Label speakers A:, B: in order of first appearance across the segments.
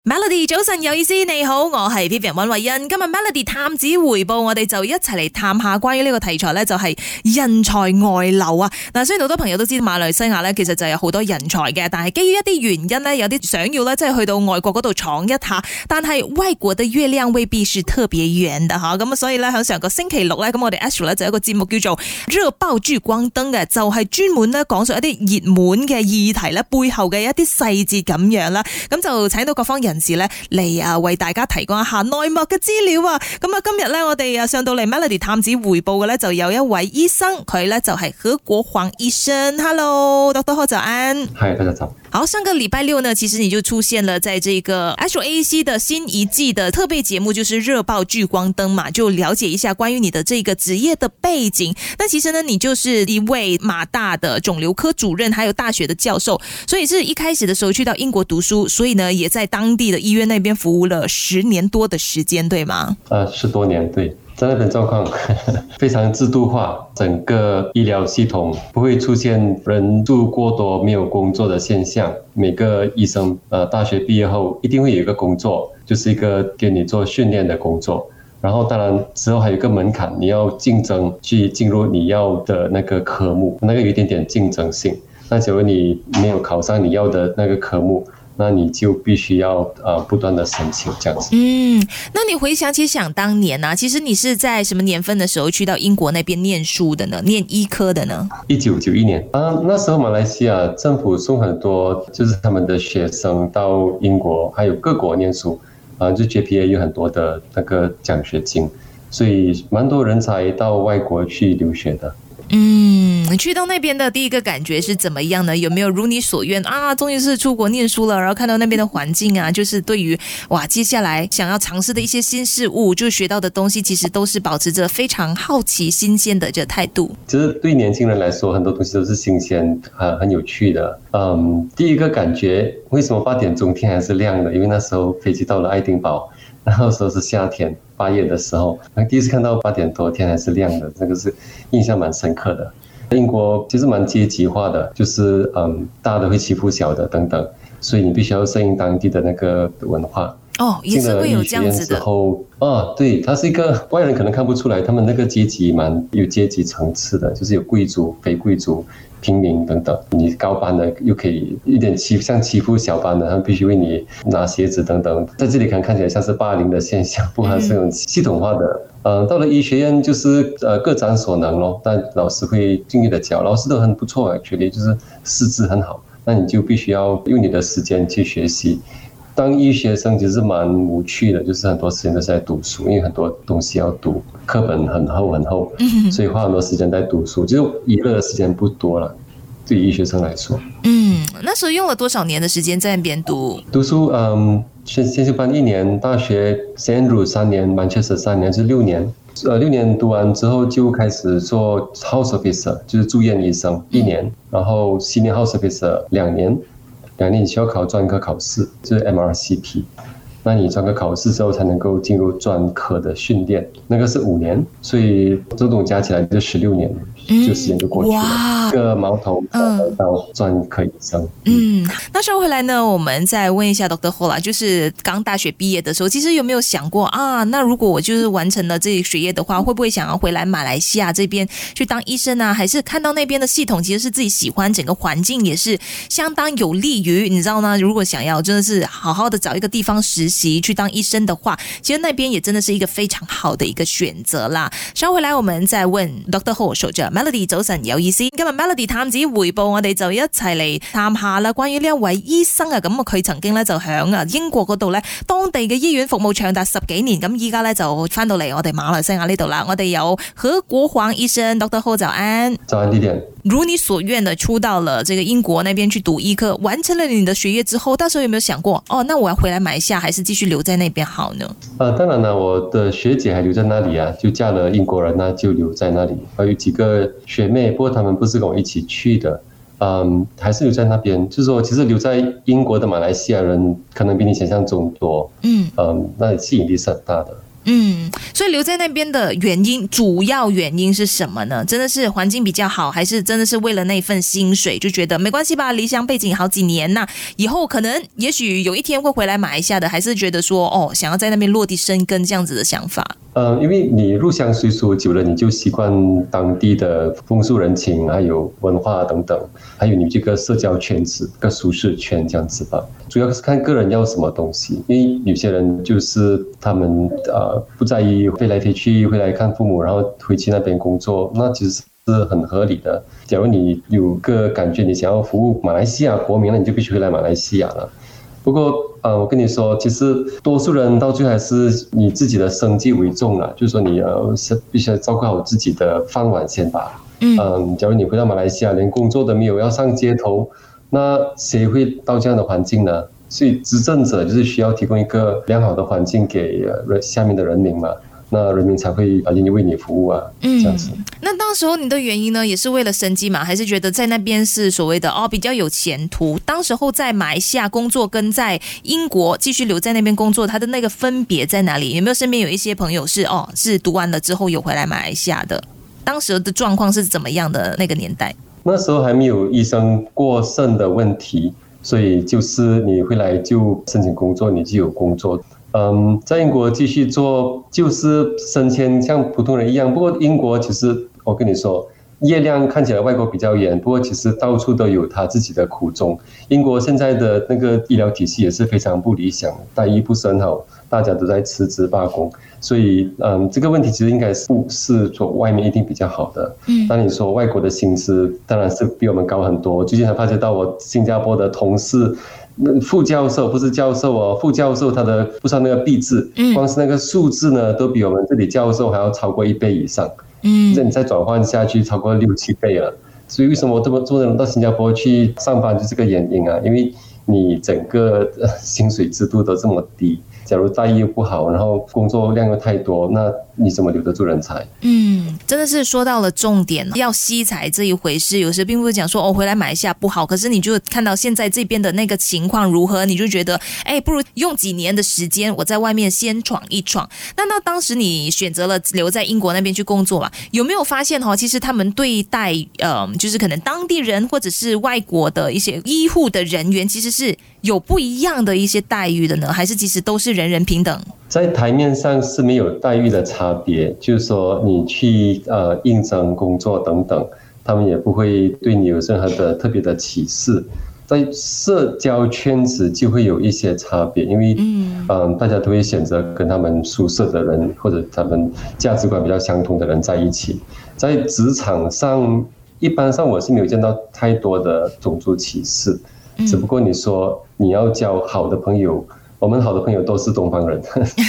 A: Melody 早晨有意思，你好，我係 Vivian 溫慧欣。今日 Melody 探子回報，我哋就一齊嚟探下關於呢個題材咧，就係人才外流啊！嗱，雖然好多朋友都知道馬來西亞咧，其實就有好多人才嘅，但係基於一啲原因咧，有啲想要咧，即係去到外國嗰度闖一下，但係外國的月亮未必是特別圓的吓，咁所以咧喺上個星期六咧，咁我哋 Astro 咧就有一個節目叫做熱爆聚光燈嘅，就係專門咧講述一啲熱門嘅議題咧背後嘅一啲細節咁樣啦，咁就請到各方人士咧嚟為大家提供一下內幕嘅資料啊！咁啊，今日咧我哋上到嚟 Melody 探子回報嘅咧，就有一位醫生，佢咧就係何國煌醫生。Hello，Dr. Ho， 早安。
B: 嗨，大家早。
A: 好，上個禮拜六呢，其實你就出現了在這個 Astro AEC 的新一季的特備節目，就是熱爆聚光燈嘛，就了解一下關於你的這個職業的背景。但其實呢，你就是一位馬大的腫瘤科主任，還有大學的教授，所以是一開始的時候去到英國讀書，所以呢，也在當地的醫院那邊服務了10年多的時間，對嗎
B: ？10多年，對。在那邊狀況非常制度化，整個醫療系統不會出現人數過多沒有工作的現象。每個醫生大學畢業後一定會有一個工作，就是一個給你做訓練的工作。然後當然之後還有一個門檻，你要競爭去進入你要的那個科目，那個有一點點競爭性。那假如你沒有考上你要的那個科目，那你就必須要不斷的申請這樣子。
A: 那你回想起想當年啊，其實你是在什麼年份的時候去到英國那邊念書的呢？念醫科的呢
B: ？1991年那時候馬來西亞政府送很多就是他們的學生到英國還有各國念書就 JPA 有很多的那個獎學金，所以蠻多人才到外國去留學的。
A: 你去到那邊的第一個感覺是怎麼樣呢？有沒有如你所願啊？終於是出國念書了，然後看到那邊的環境啊，就是對於接下來想要嘗試的一些新事物，就學到的東西，其實都是保持着非常好奇、新鮮的這個態度。
B: 其實對年輕人來說，很多東西都是新鮮、很有趣的。第一個感覺，為什麼8點鐘天還是亮的？因為那時候飛機到了愛丁堡，然後時候是夏天8月的時候，第一次看到8點多天還是亮的，這個是印象蠻深刻的。英國其實蠻階級化的，就是大的會欺負小的等等，所以你必須要適應當地的那個文化。
A: 也是會有這樣子的。
B: 之後對，它是一個外人可能看不出來，他們那個階級蠻有階級層次的，就是有貴族、非貴族、平民等等。你高班的又可以一點像欺負小班的，他們必須為你拿鞋子等等。在這裡可能看起來像是霸凌的現象，不過它是種系統化的。到了醫學院就是各長所能咯，但老師會盡力的教，老師都很不錯，actually就是師資很好，那你就必須要用你的時間去學習。當醫學生其實蠻無趣的，就是很多時間都是在讀書，因為很多東西要讀，課本很厚很厚，所以花很多時間在讀書，就娛樂的時間不多了，對於醫學生來說。
A: 那時候用了多少年的時間在那邊讀
B: 書？先修班1年，大學 St. Andrews 3年，Manchester 3年，是6年。6年讀完之後就開始做 House Officer， 就是住院醫生1年，然後 Senior House Officer 2年。2年你需要考專科考試，就是 MRCP。那你專科考試之後才能夠進入專科的訓練，那個是5年，所以這種加起來就16年，就時間就過去了。一個矛頭到專科醫生。
A: 那時候回來呢，我們再問一下 Dr. Ho 啦，就是剛大學畢業的時候，其實有沒有想過啊？那如果我就是完成了這學業的話，會不會想要回來馬來西亞這邊去當醫生啊？還是看到那邊的系統其實是自己喜歡，整個環境也是相當有利於，你知道呢？如果想要真的是好好的找一個地方實習去當醫生的話，其實那邊也真的是一個非常好的一個選擇啦。稍回來我們再問 Dr. Ho 守着 Melody 早晨有意思，今日 Melody 探子回報，我哋就一齊嚟探下啦，關於呢一位醫生啊，咁佢曾經咧就響英國嗰度咧當地嘅醫院服務長達10幾年，咁依家咧就翻到嚟我哋馬來西亞呢度啦。我哋有何國煌醫生 Dr. Ho 早安。
B: 早安，弟弟。
A: 如你所願的出到了這個英國那邊去讀醫科，完成了你的學業之後，到時候有沒有想過那我要回來馬來西亞還是繼續留在那邊好呢？
B: 當然了，我的學姐還留在那裡啊，就嫁了英國人，那就留在那裡。還有幾個學妹，不過他們不是跟我一起去的，還是留在那邊。就是說，其實留在英國的馬來西亞人可能比你想象中多，那吸引力是很大的。
A: 所以留在那边的原因，主要原因是什么呢？真的是环境比较好，还是真的是为了那份薪水，就觉得没关系吧，离乡背景好几年呐，以后可能也许有一天会回来马来西亚的，还是觉得说想要在那边落地生根这样子的想法？
B: 因为你入乡随俗久了，你就习惯当地的风俗人情，还有文化等等，还有你这个社交圈子、个舒适圈这样子吧。主要是看个人要什么东西，因为有些人就是他们不在意飞来飞去，回来看父母，然后回去那边工作，那其实是很合理的。假如你有个感觉你想要服务马来西亚国民，那你就必须回来马来西亚了。不过我跟你说，其实多数人到最后还是以自己的生计为重了，就是说你必须要照顾好自己的饭碗先吧。假如你回到马来西亚连工作都没有，要上街头，那谁会到这样的环境呢？所以执政者就是需要提供一个良好的环境给下面的人民嘛，那人民才会愿意为你服务啊，这样子。
A: 那当时候你的原因呢，也是为了生计嘛，还是觉得在那边是所谓的比较有前途？当时候在马来西亚工作跟在英国继续留在那边工作，它的那个分别在哪里？有没有身边有一些朋友是读完了之后有回来马来西亚的？当时的状况是怎么样的？那个年代，
B: 那时候还没有医生过剩的问题，所以就是你回来就申请工作，你就有工作。在英国继续做就是升迁像普通人一样，不过英国其实我跟你说，业量看起来外国比较严，不过其实到处都有他自己的苦衷。英国现在的那个医疗体系也是非常不理想，待遇不是很好，大家都在辞职罢工，所以这个问题其实应该是说外面一定比较好的。那你说外国的薪资当然是比我们高很多。最近还发觉到我新加坡的同事。副教授不是教授副教授他的不知道那个币制，光是那个数字呢，都比我们这里教授还要超过1倍以上。这你再转换下去，超过6-7倍了。所以为什么这么多人到新加坡去上班，就这个原因啊？因为你整个薪水制度都这么低，假如待遇又不好，然后工作量又太多，那你怎么留得住人才？
A: 真的是说到了重点，要惜才这一回事，有时并不是讲说回来马来西亚不好，可是你就看到现在这边的那个情况如何，你就觉得不如用几年的时间我在外面先闯一闯。那当时你选择了留在英国那边去工作嘛，有没有发现其实他们对待就是可能当地人或者是外国的一些医护的人员，其实是有不一样的一些待遇的呢？还是其实都是人人平等？
B: 在台面上是没有待遇的差别，就是说你去应征工作等等，他们也不会对你有任何的特别的歧视。在社交圈子就会有一些差别，因为大家都会选择跟他们熟识的人或者他们价值观比较相同的人在一起。在职场上，一般上我是没有见到太多的种族歧视，只不过你说你要交好的朋友。我们好的朋友都是东方人，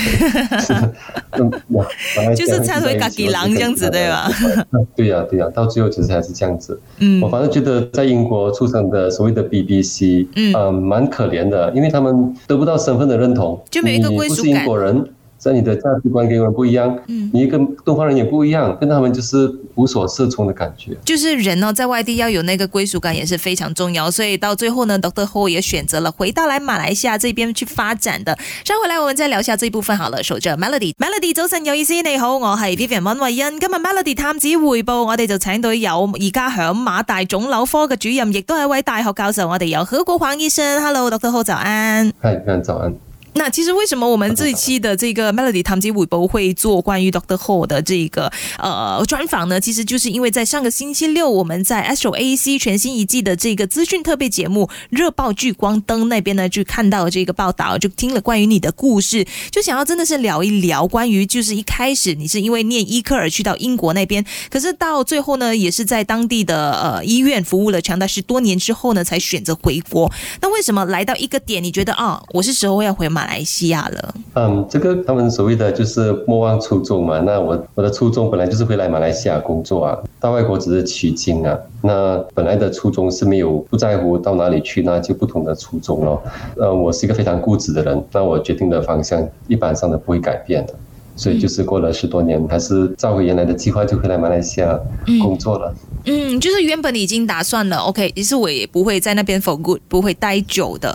A: 就是参回嘎吉郎这样子，对吧？
B: 对呀，到最后其实还是这样子。我反正觉得在英国出生的所谓的 BBC，蛮可怜的，因为他们得不到身份的认同，
A: 就没有一个归属感。
B: 你不是英国人，在你的价值观跟人不一样，你跟东方人也不一样，跟他们就是无所适从的感觉。
A: 就是人在外地要有那个归属感也是非常重要，所以到最后呢 Dr. Ho 也选择了回到来马来西亚这边去發展的。稍回來我們再聊下這一部分好了，守着 Melody 早晨有意思，你好，我係 Vivian 溫慧欣。今日 Melody 探子匯報，我哋就請到有而家響馬大腫瘤科嘅主任，亦都係一位大學教授，我哋有何國華醫生。Hello Dr. Ho 早安。
B: 嗨，早安。
A: 那其实为什么我们这一期的这个 Melody 探子匯報會做關於 Dr. Ho 的這個專訪呢？其實就是因為在上個星期六，我們在 Astro AEC 全新一季的這個資訊特別節目熱爆聚光燈那邊呢，就看到了這個報道，就聽了關於你的故事，就想要真的是聊一聊關於就是一開始你是因為念醫科而去到英國那邊，可是到最後呢，也是在當地的醫院服務了長達10多年之後呢，才選擇回國。那為什麼來到一個點，你覺得我是時候要回馬來西亞了？
B: 這個他們所謂的就是莫忘初衷嘛。那我的初衷本來就是回來馬來西亞工作啊，到外國只是取經啊。那本來的初衷是沒有不在乎到哪裡去，那就不同的初衷咯。我是一個非常固執的人，那我決定的方向一般上都不會改變的。所以就是過了10多年，還是照回原來的計劃就回來馬來西亞工作了。
A: 就是原本你已經打算了 OK， 其實我也不會在那邊 for good， 不會待久的。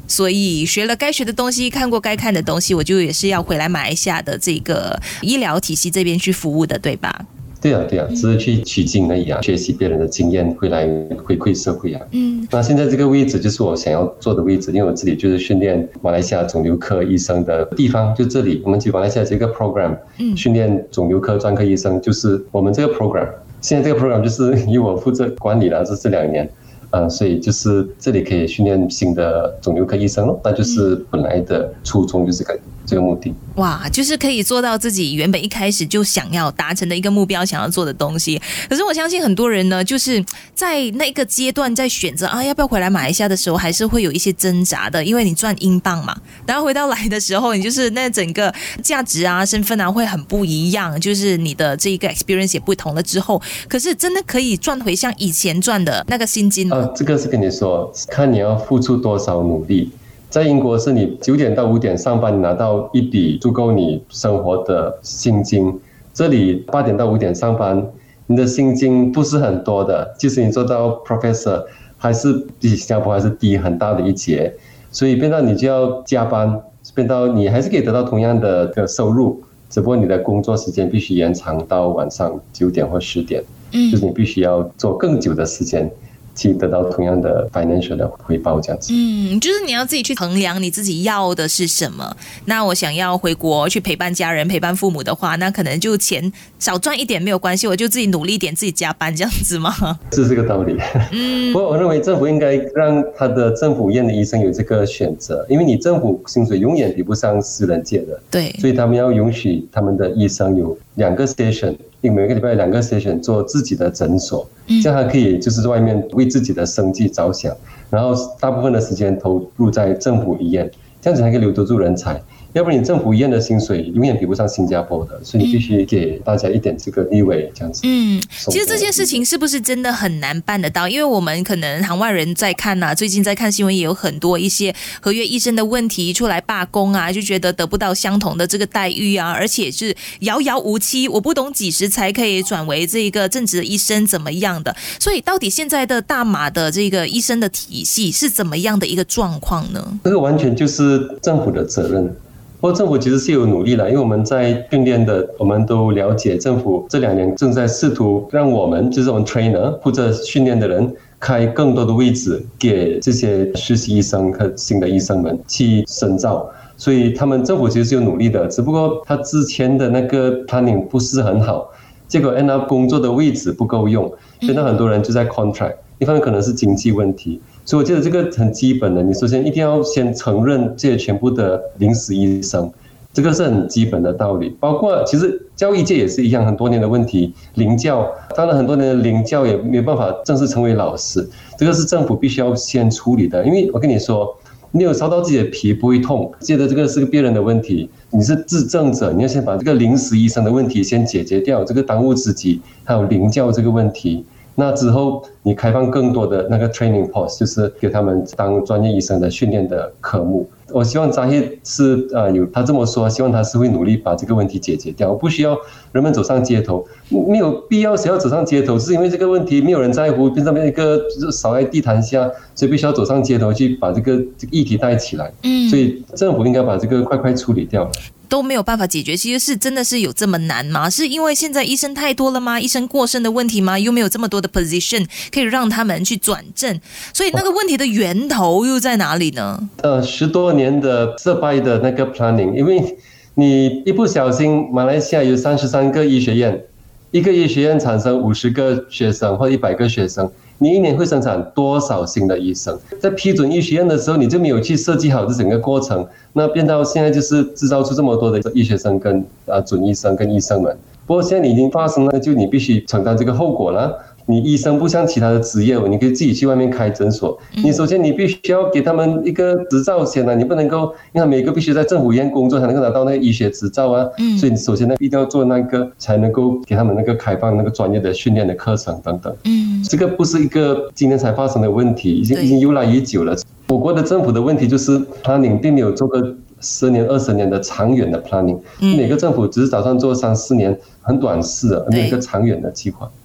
A: 所以学了该学的东西，看过该看的东西，我就也是要回来马来西亚的这个医疗体系这边去服务的，对吧？
B: 对啊，只是去取经而已啊，学习别人的经验，回来回馈社会啊。那现在这个位置就是我想要做的位置，因为我这里就是训练马来西亚肿瘤科医生的地方，就这里，我们去马来西亚这个 program，训练肿瘤科专科医生，就是我们这个 program。现在这个 program 就是由我负责管理了，这2年。所以就是这里可以训练新的肿瘤科医生咯，那就是本来的初衷就是这个目的。
A: 哇，就是可以做到自己原本一开始就想要达成的一个目标，想要做的东西。可是我相信很多人呢，就是在那个阶段在选择要不要回来马来西亚的时候，还是会有一些挣扎的，因为你赚英镑嘛，然后回到来的时候，你就是那整个价值啊、身份啊会很不一样，就是你的这个 experience 也不同了之后，可是真的可以赚回像以前赚的那个薪金吗？
B: 这个是跟你说，看你要付出多少努力。在英国是你9点到5点上班，你拿到一笔足够你生活的薪金。这里8点到5点上班，你的薪金不是很多的，即使你做到 professor， 还是比新加坡还是低很大的一截。所以变到你就要加班，变到你还是可以得到同样的收入，只不过你的工作时间必须延长到晚上9点或10点，就是你必须要做更久的时间。去得到同样的 financial 的回报，这样子。
A: 就是你要自己去衡量你自己要的是什么。那我想要回国去陪伴家人、陪伴父母的话，那可能就钱少赚一点没有关系，我就自己努力一点，自己加班这样子吗？
B: 是这个道理。不过我认为政府应该让他的政府医院的医生有这个选择，因为你政府薪水永远比不上私人界的，
A: 对，
B: 所以他们要允许他们的医生有2个 station。每个礼拜2个 session 做自己的诊所，这样他可以就是在外面为自己的生计着想，然后大部分的时间投入在政府医院，这样子才可以留得住人才。要不然你政府医院的薪水永远比不上新加坡的，所以你必须给大家一点这个利位，这样子。
A: 其实这件事情是不是真的很难办得到？因为我们可能行外人在看啊，最近在看新闻也有很多一些合约医生的问题出来罢工啊，就觉得得不到相同的这个待遇啊，而且是遥遥无期，我不懂几时才可以转为这个正职的医生怎么样的。所以到底现在的大马的这个医生的体系是怎么样的一个状况呢？
B: 这个完全就是政府的责任。不过政府其实是有努力了，因为我们在训练的，我们都了解政府这2年正在试图让我们就是我们 trainer 负责训练的人开更多的位置给这些实习医生和新的医生们去深造，所以他们政府其实是有努力的，只不过他之前的那个 planning 不是很好，结果 end up 工作的位置不够用，所以很多人就在 contract， 一方面可能是经济问题。所以我觉得这个很基本的，你首先一定要先承认这些全部的临时医生，这个是很基本的道理。包括其实教育界也是一样，很多年的问题，领教，当然很多年的领教也没有办法正式成为老师，这个是政府必须要先处理的。因为我跟你说，你有烧到自己的皮不会痛，觉得这个是个别人的问题，你是治政者，你要先把这个临时医生的问题先解决掉，这个当务之急，还有领教这个问题。那之后，你开放更多的那个 training post， 就是给他们当专业医生的训练的科目。我希望扎希是有他这么说，希望他是会努力把这个问题解决掉。我不需要人们走上街头，没有必要谁要走上街头，是因为这个问题没有人在乎，变成一个就是扫在地毯下，所以必须要走上街头去把这个议题带起来。所以政府应该把这个快处理掉。
A: 都没有办法解决，其实是真的是有这么难吗？是因为现在医生太多了吗？医生过剩的问题吗？又没有这么多的 position 可以让他们去转正，所以那个问题的源头又在哪里呢
B: ？10多年的失败的那个 planning， 因为你一不小心，马来西亚有33个医学院，一个医学院产生50个学生或100个学生，你一年会生产多少新的医生？在批准医学院的时候，你就没有去设计好这整个过程，那变到现在就是制造出这么多的医学生跟准医生跟医生们。不过现在你已经发生了，就你必须承担这个后果了。你医生不像其他的职业，你可以自己去外面开诊所。你首先你必须要给他们一个执照先啊，你不能够，因为每个必须在政府医院工作才能够拿到那个医学执照啊。所以你首先呢一定要做那个，才能够给他们那个开放那个专业的训练的课程等等。这个不是一个今天才发生的问题，已经由来已久了。我国的政府的问题就是 planning 并没有做个10年20年的长远的 planning，每个政府只是打算做3-4年很短视的，没有一个长远的计划。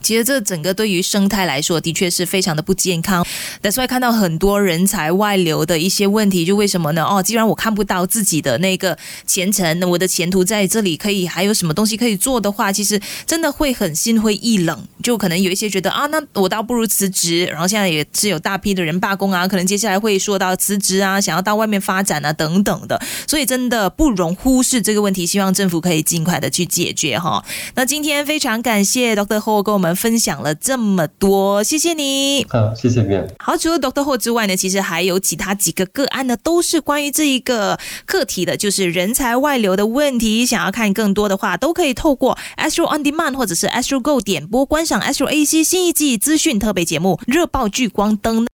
A: 其实这整个对于生态来说的确是非常的不健康。That's why 看到很多人才外流的一些问题，就为什么呢？既然我看不到自己的那个前程，我的前途在这里可以还有什么东西可以做的话，其实真的会很心灰意冷，就可能有一些觉得那我倒不如辞职，然后现在也是有大批的人罢工啊，可能接下来会说到辞职啊，想要到外面发展啊等等的，所以真的不容忽视这个问题，希望政府可以尽快的去解决哈。那今天非常感谢 Dr. Ho 跟我们分享了这么多，谢谢你。
B: 好，谢谢面。
A: 好，除了 Dr. Ho 之外呢，其实还有其他几个个案呢，都是关于这一个课题的，就是人才外流的问题。想要看更多的话，都可以透过 Astro On Demand 或者是 Astro Go 点播观赏 Astro AC 新一季资讯特别节目《热爆聚光灯》。